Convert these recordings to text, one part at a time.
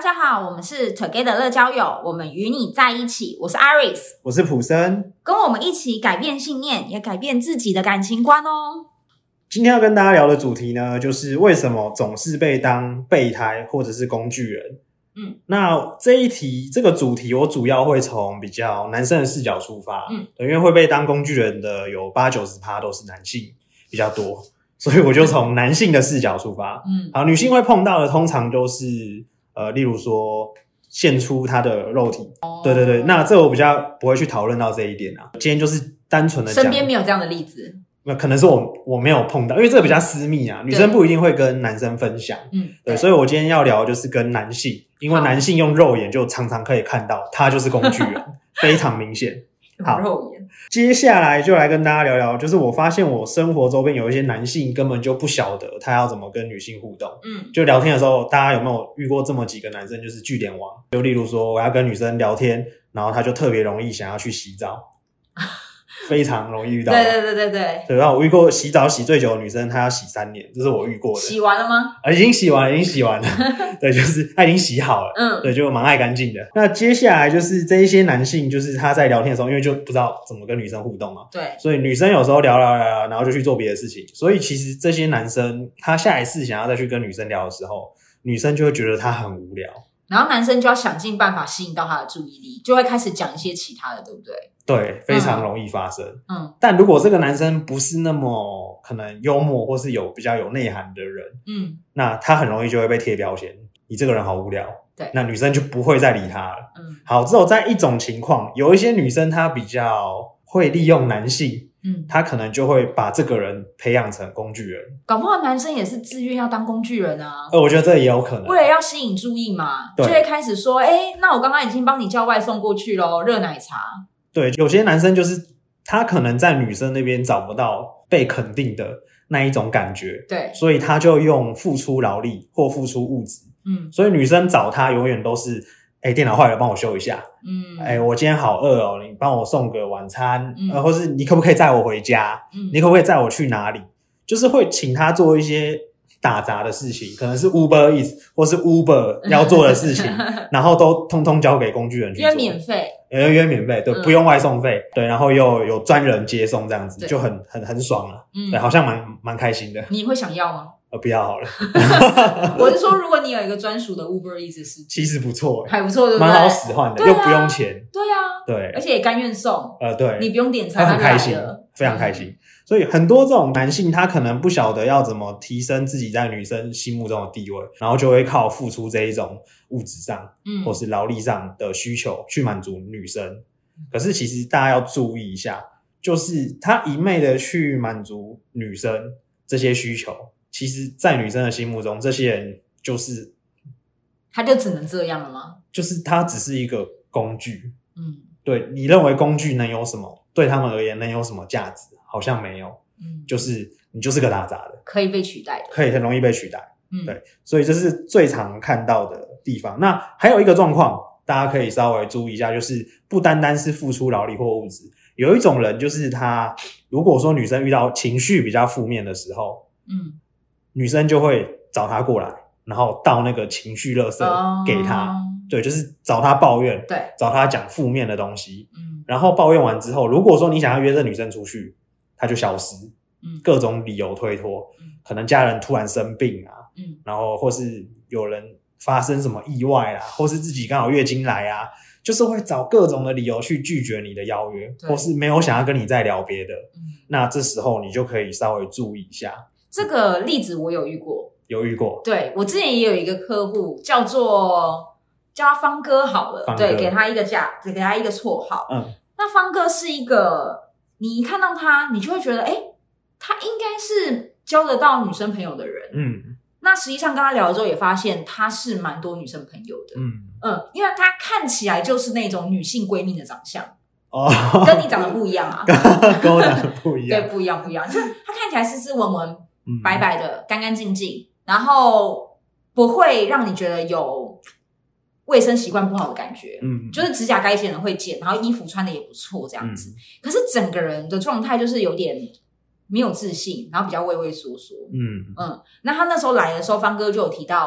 家好，我们是 Together 乐交友，我们与你在一起。我是 Iris， 我是普森， 跟我们一起改变信念，也改变自己的感情观哦。 今天要跟大家聊的主题呢，就是为什么总是被当备胎或者是工具人。那这个主题我主要会从比较男生的视角出发，因为会被当工具人的有80-90% 都是男性比较多，所以我就从男性的视角出发。好，女性会碰到的通常都是例如说献出她的肉体，对，那这我比较不会去讨论到这一点啊。今天就是单纯的讲， 身边没有这样的例子。 可能是我没有碰到，因为这个比较私密啊，女生不一定会跟男生分享。对，所以我今天要聊的就是跟男性，因为男性用肉眼就常常可以看到他就是工具人，非常明显。好， 肉眼。 接下来就来跟大家聊聊，就是我发现我生活周边有一些男性根本就不晓得他要怎么跟女性互动。就聊天的时候，大家有没有遇过这么几个男生就是句点王？就例如说我要跟女生聊天，然后他就特别容易想要去洗澡。非常容易遇到。 对， 然后我遇过洗澡洗最久的女生，她要洗3年，这是我遇过的。 洗完了吗？ 已经洗完了。对，就是她已经洗好了。对，就蛮爱干净的。那接下来就是这一些男性，就是他在聊天的时候，因为就不知道怎么跟女生互动嘛。 对。 所以女生有时候聊，然后就去做别的事情。所以其实这些男生，他下一次想要再去跟女生聊的时候，女生就会觉得他很无聊。 然后男生就要想尽办法吸引到他的注意力，就会开始讲一些其他的，对不对？ 对，非常容易发生。但如果这个男生不是那么可能幽默或是比较有内涵的人，那他很容易就会被贴标签，你这个人好无聊。对，那女生就不会再理他了。好，只有在一种情况，有一些女生她比较会利用男性，他可能就会把这个人培养成工具人。搞不好男生也是自愿要当工具人啊。 我觉得这也有可能， 为了要吸引注意嘛，就会开始说那我刚刚已经帮你叫外送过去咯，热奶茶。对， 有些男生就是他可能在女生那边找不到被肯定的那一种感觉，对，所以他就用付出劳力或付出物质。所以女生找他永远都是电脑坏了帮我修一下，我今天好饿哦，你帮我送个晚餐，或是你可不可以载我回家，你可不可以载我去哪里，就是会请他做一些打杂的事情，可能是 Uber Eats 或是 Uber 要做的事情，然后都通通交给工具人去做， 因为免费， 对，不用外送费，对，然后又有专人接送，这样子就很爽了，对，好像蛮开心的。 你会想要吗？ 不要好了。 我是说，如果你有一个专属的 Uber Eats 是其实不错， 还不错，对不对？ 蛮好使唤的，又不用钱。 对啊，对，而且也甘愿送。对，你不用点餐， 他很开心，非常开心。所以很多这种男性，他可能不晓得要怎么提升自己在女生心目中的地位，然后就会靠付出这一种物质上，或是劳力上的需求去满足女生。可是其实大家要注意一下，就是他一昧的去满足女生这些需求，其实在女生的心目中，这些人就是他就只能这样了吗？ 就是他只是一个工具。对，你认为工具能有什么？对他们而言能有什么价值？好像没有。就是你就是个打杂的， 可以被取代的， 可以很容易被取代。对，所以这是最常看到的地方。那还有一个状况，大家可以稍微注意一下，就是不单单是付出劳力或物质，有一种人就是他，如果说女生遇到情绪比较负面的时候，女生就会找他过来，然后倒那个情绪垃圾给他。对，就是找他抱怨，对，找他讲负面的东西。然后抱怨完之后，如果说你想要约这女生出去，他就消失。各种理由推脱，可能家人突然生病啊，然后或是有人发生什么意外啊，或是自己刚好月经来啊，就是会找各种的理由去拒绝你的邀约，或是没有想要跟你再聊别的。那这时候你就可以稍微注意一下。 这个例子我有遇过。对，我之前也有一个客户叫他方哥好了，对，给他一个绰号。那方哥是一个，你一看到他，你就会觉得，他应该是交得到女生朋友的人。那实际上跟他聊了之后，也发现他是蛮多女生朋友的。因为他看起来就是那种女性闺蜜的长相。跟你长得不一样啊。 跟我长得不一样。 对，不一样。就是他看起来斯斯文文、白白的、干干净净，然后不会让你觉得有卫生习惯不好的感觉。就是指甲该剪的会剪，然后衣服穿的也不错这样子。可是整个人的状态就是有点没有自信，然后比较畏畏缩缩。那他那时候来的时候，方哥就有提到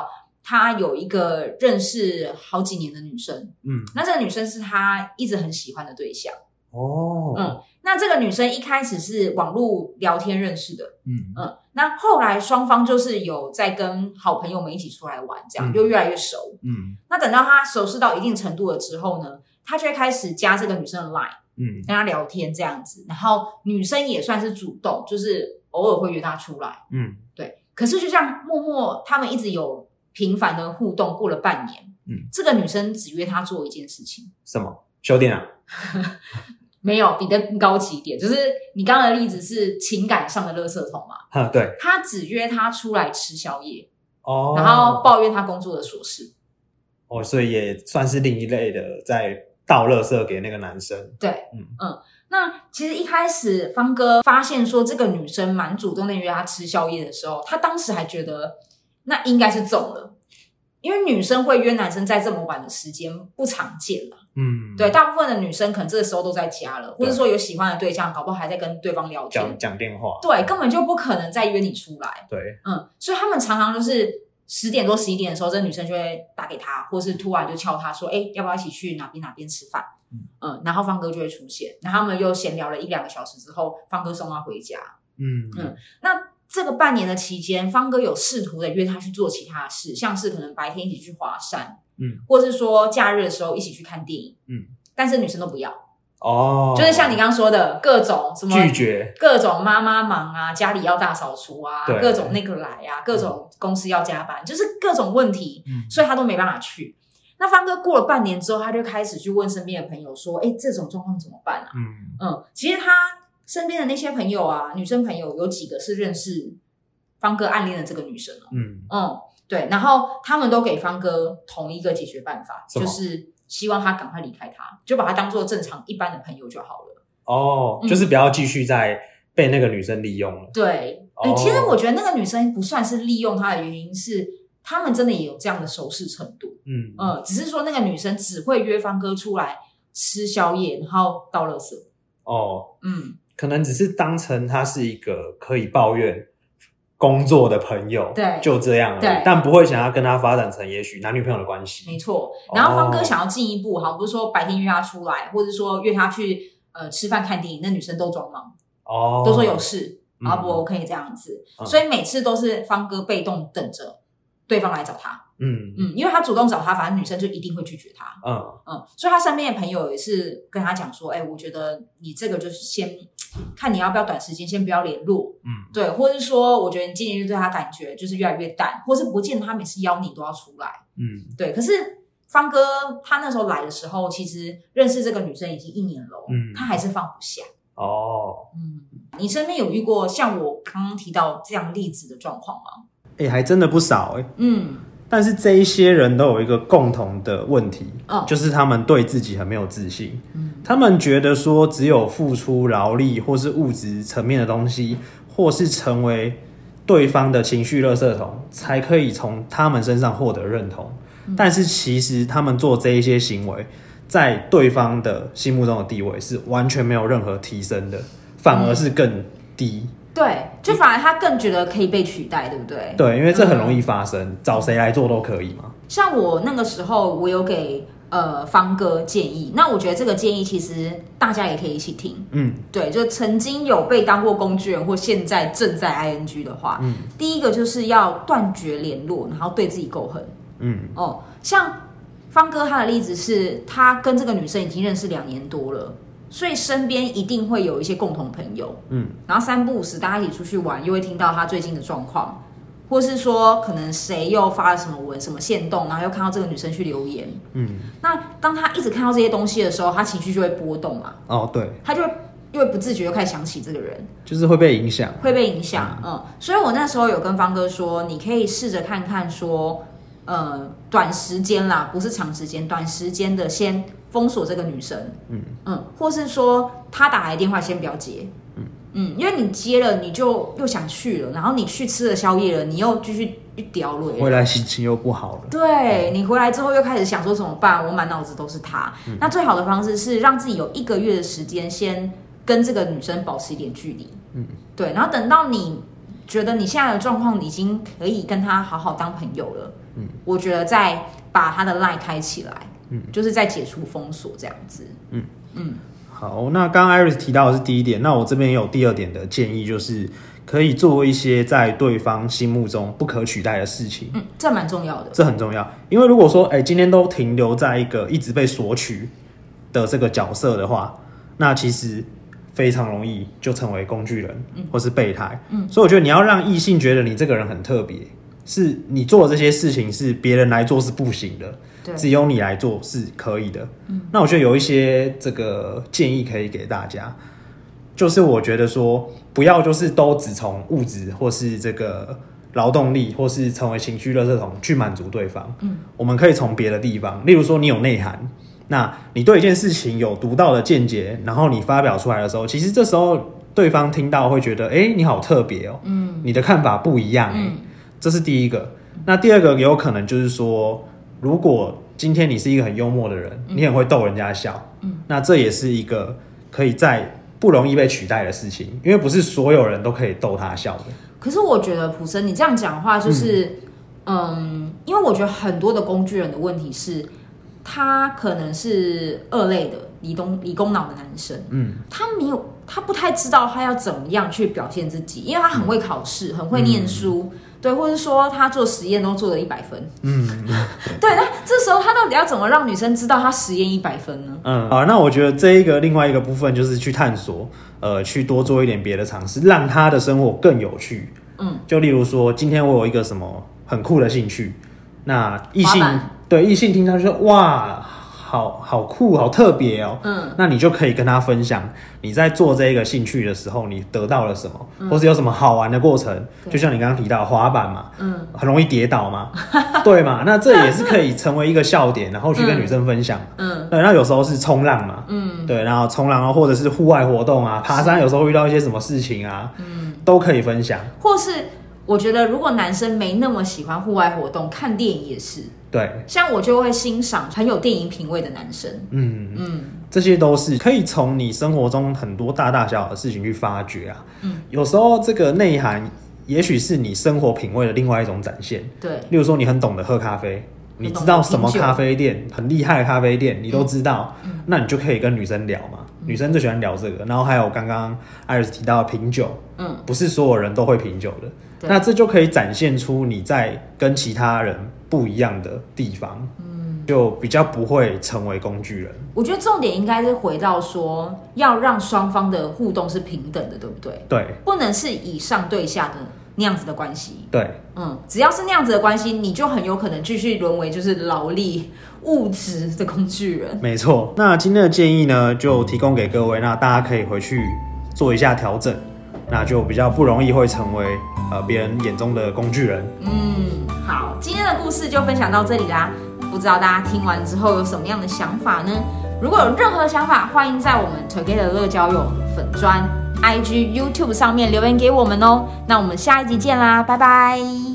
他有一个认识好几年的女生，那这个女生是他一直很喜欢的对象。那这个女生一开始是网络聊天认识的，那后来双方就是有在跟好朋友们一起出来玩，这样就越来越熟。那等到他熟识到一定程度了之后呢，他就会开始加这个女生的 LINE，跟他聊天这样子，然后女生也算是主动，就是偶尔会约他出来，对。可是就这样默默他们一直有频繁的互动，过了半年，这个女生只约他做一件事情。 什么？修电啊？ 没有，比得更高级一点，就是你刚刚的例子是情感上的垃圾桶嘛？ 对， 他只约他出来吃宵夜，然后抱怨他工作的琐事。 所以也算是另一类的在倒垃圾给那个男生。 对，那其实一开始方哥发现说这个女生蛮主动的约他吃宵夜的时候，他当时还觉得那应该是中了。因为女生会约男生在这么晚的时间不常见啦，对，大部分的女生可能这个时候都在家了，或者说有喜欢的对象，搞不好还在跟对方聊天讲电话， 对，根本就不可能再约你出来， 对， 所以他们常常就是10点多11点的时候，这个女生就会打给他，或是突然就敲他说，要不要一起去哪边吃饭？然后方哥就会出现，然后他们又闲聊了1-2个小时之后，方哥送他回家，那这个半年的期间，方哥有试图的约他去做其他事，像是可能白天一起去华山，或是说假日的时候一起去看电影，但是女生都不要，就是像你刚刚说的各种什么拒绝， 各种妈妈忙啊，家里要大扫除啊，各种那个来啊，各种公司要加班，就是各种问题，所以他都没办法去。那方哥过了半年之后，他就开始去问身边的朋友说，这种状况怎么办啊？其实他身边的那些朋友啊，女生朋友有几个是认识方哥暗恋的这个女生对，然后他们都给方哥同一个解决办法，就是希望他赶快离开他，就把他当做正常一般的朋友就好了。 就是不要继续再被那个女生利用了。 对，其实我觉得那个女生不算是利用他的原因是，他们真的也有这样的熟识程度。只是说那个女生只会约方哥出来吃宵夜，然后倒垃圾。 可能只是当成他是一个可以抱怨工作的朋友， 对， 就这样而已，但不会想要跟他发展成也许男女朋友的关系。 没错。然后方哥想要进一步，好像不是说白天约他出来，或者说约他去吃饭看电影，那女生都装忙，都说有事，然后不 OK 这样子，所以每次都是方哥被动等着对方来找他。因为他主动找他，反正女生就一定会拒绝他。所以他身边的朋友也是跟他讲说，我觉得你这个就是先看你要不要短时间先不要联络，对，或是说我觉得你今年就对他感觉就是越来越淡，或是不见得他每次邀你都要出来，对。可是方哥他那时候来的时候，其实认识这个女生已经1年了，他还是放不下。你身边有遇过像我刚刚提到这样例子的状况吗？ 还真的不少但是这一些人都有一个共同的问题，就是他们对自己很没有自信。他们觉得说只有付出劳力或是物质层面的东西，或是成为对方的情绪垃圾桶，才可以从他们身上获得认同。但是其实他们做这一些行为，在对方的心目中的地位是完全没有任何提升的，反而是更低。 对，就反而他更觉得可以被取代，对不对？ 对，因为这很容易发生，找谁来做都可以嘛。 像我那个时候，我有给方哥建议，那我觉得这个建议其实大家也可以一起听。对，就曾经有被当过工具人或现在正在 ING 的话，第一个就是要断绝联络，然后对自己够狠。像方哥他的例子是，他跟这个女生已经认识2年多了。所以身边一定会有一些共同朋友，然后3不5时大家一起出去玩，又会听到他最近的状况，或是说可能谁又发了什么文、什么限动，然后又看到这个女生去留言，那当他一直看到这些东西的时候，他情绪就会波动嘛， 对， 他就因为不自觉又开始想起这个人， 就是会被影响， 所以我那时候有跟方哥说，你可以试着看看说，短时间啦，不是长时间，短时间的先封锁这个女生，或是说她打来的电话先不要接，因为你接了你就又想去了，然后你去吃了宵夜了，你又继续掉泪， 回来心情又不好了。 对，你回来之后又开始想说怎么办？我满脑子都是她。那最好的方式是让自己有1个月的时间，先跟这个女生保持一点距离，对，然后等到你觉得你现在的状况已经可以跟他好好当朋友了，我觉得再把他的 LINE 开起来，就是再解除封锁这样子。 好，那刚刚 Iris 提到的是第一点，那我这边也有第二点的建议，就是可以做一些在对方心目中不可取代的事情。 这蛮重要的， 这很重要，因为如果说今天都停留在一个一直被索取的这个角色的话，那其实非常容易就成为工具人或是备胎。所以我觉得你要让异性觉得你这个人很特别，是你做的这些事情是别人来做是不行的，只有你来做是可以的。那我觉得有一些这个建议可以给大家，就是我觉得说不要就是都只从物质或是这个劳动力或是成为情绪垃圾桶去满足对方。我们可以从别的地方，例如说你有内涵，那你对一件事情有独到的见解，然后你发表出来的时候，其实这时候对方听到会觉得你好特别哦，你的看法不一样这是第一个。那第二个也有可能就是说，如果今天你是一个很幽默的人，你很会逗人家笑，那这也是一个可以在不容易被取代的事情，因为不是所有人都可以逗他笑的。 可是我觉得普森你这样讲的话，就是因为我觉得很多的工具人的问题是，他可能是二类的理工脑的男生，他不太知道他要怎么样去表现自己，因为他很会考试，很会念书，对，或者说他做实验都做了100分，对，那这时候他到底要怎么让女生知道他实验100分呢？ 好，那我觉得这一个另外一个部分就是去探索，去多做一点别的尝试，让他的生活更有趣。就例如说，今天我有一个什么很酷的兴趣，那异性听到就说哇，好酷，好特别哦。那你就可以跟他分享你在做这个兴趣的时候，你得到了什么，或是有什么好玩的过程。就像你刚刚提到滑板嘛，很容易跌倒嘛，对嘛？那这也是可以成为一个笑点，然后去跟女生分享。对，那有时候是冲浪嘛，对，然后冲浪，或者是户外活动啊，爬山，有时候遇到一些什么事情啊，都可以分享。 或是我觉得，如果男生没那么喜欢户外活动，看电影也是。对，像我就会欣赏很有电影品味的男生。 这些都是可以从你生活中很多大大小小的事情去发掘啊。有时候这个内涵，也许是你生活品味的另外一种展现。对，例如说你很懂得喝咖啡，你知道什么咖啡店很厉害的咖啡店，你都知道，那你就可以跟女生聊嘛。女生最喜欢聊这个，然后还有刚刚艾瑞斯提到的品酒，不是所有人都会品酒的。那这就可以展现出你在跟其他人不一样的地方，就比较不会成为工具人。 我觉得重点应该是回到说，要让双方的互动是平等的，对不对？对，不能是以上对下的那样子的关系。对，只要是那样子的关系，你就很有可能继续沦为就是劳力物质的工具人。 没错，那今天的建议呢，就提供给各位，那大家可以回去做一下调整。那就比较不容易会成为别人眼中的工具人。 好，今天的故事就分享到这里啦。不知道大家听完之后有什么样的想法呢？如果有任何想法，欢迎在我们 Together 乐交友粉专、IG、YouTube 上面留言给我们哦。那我们下一集见啦，拜拜。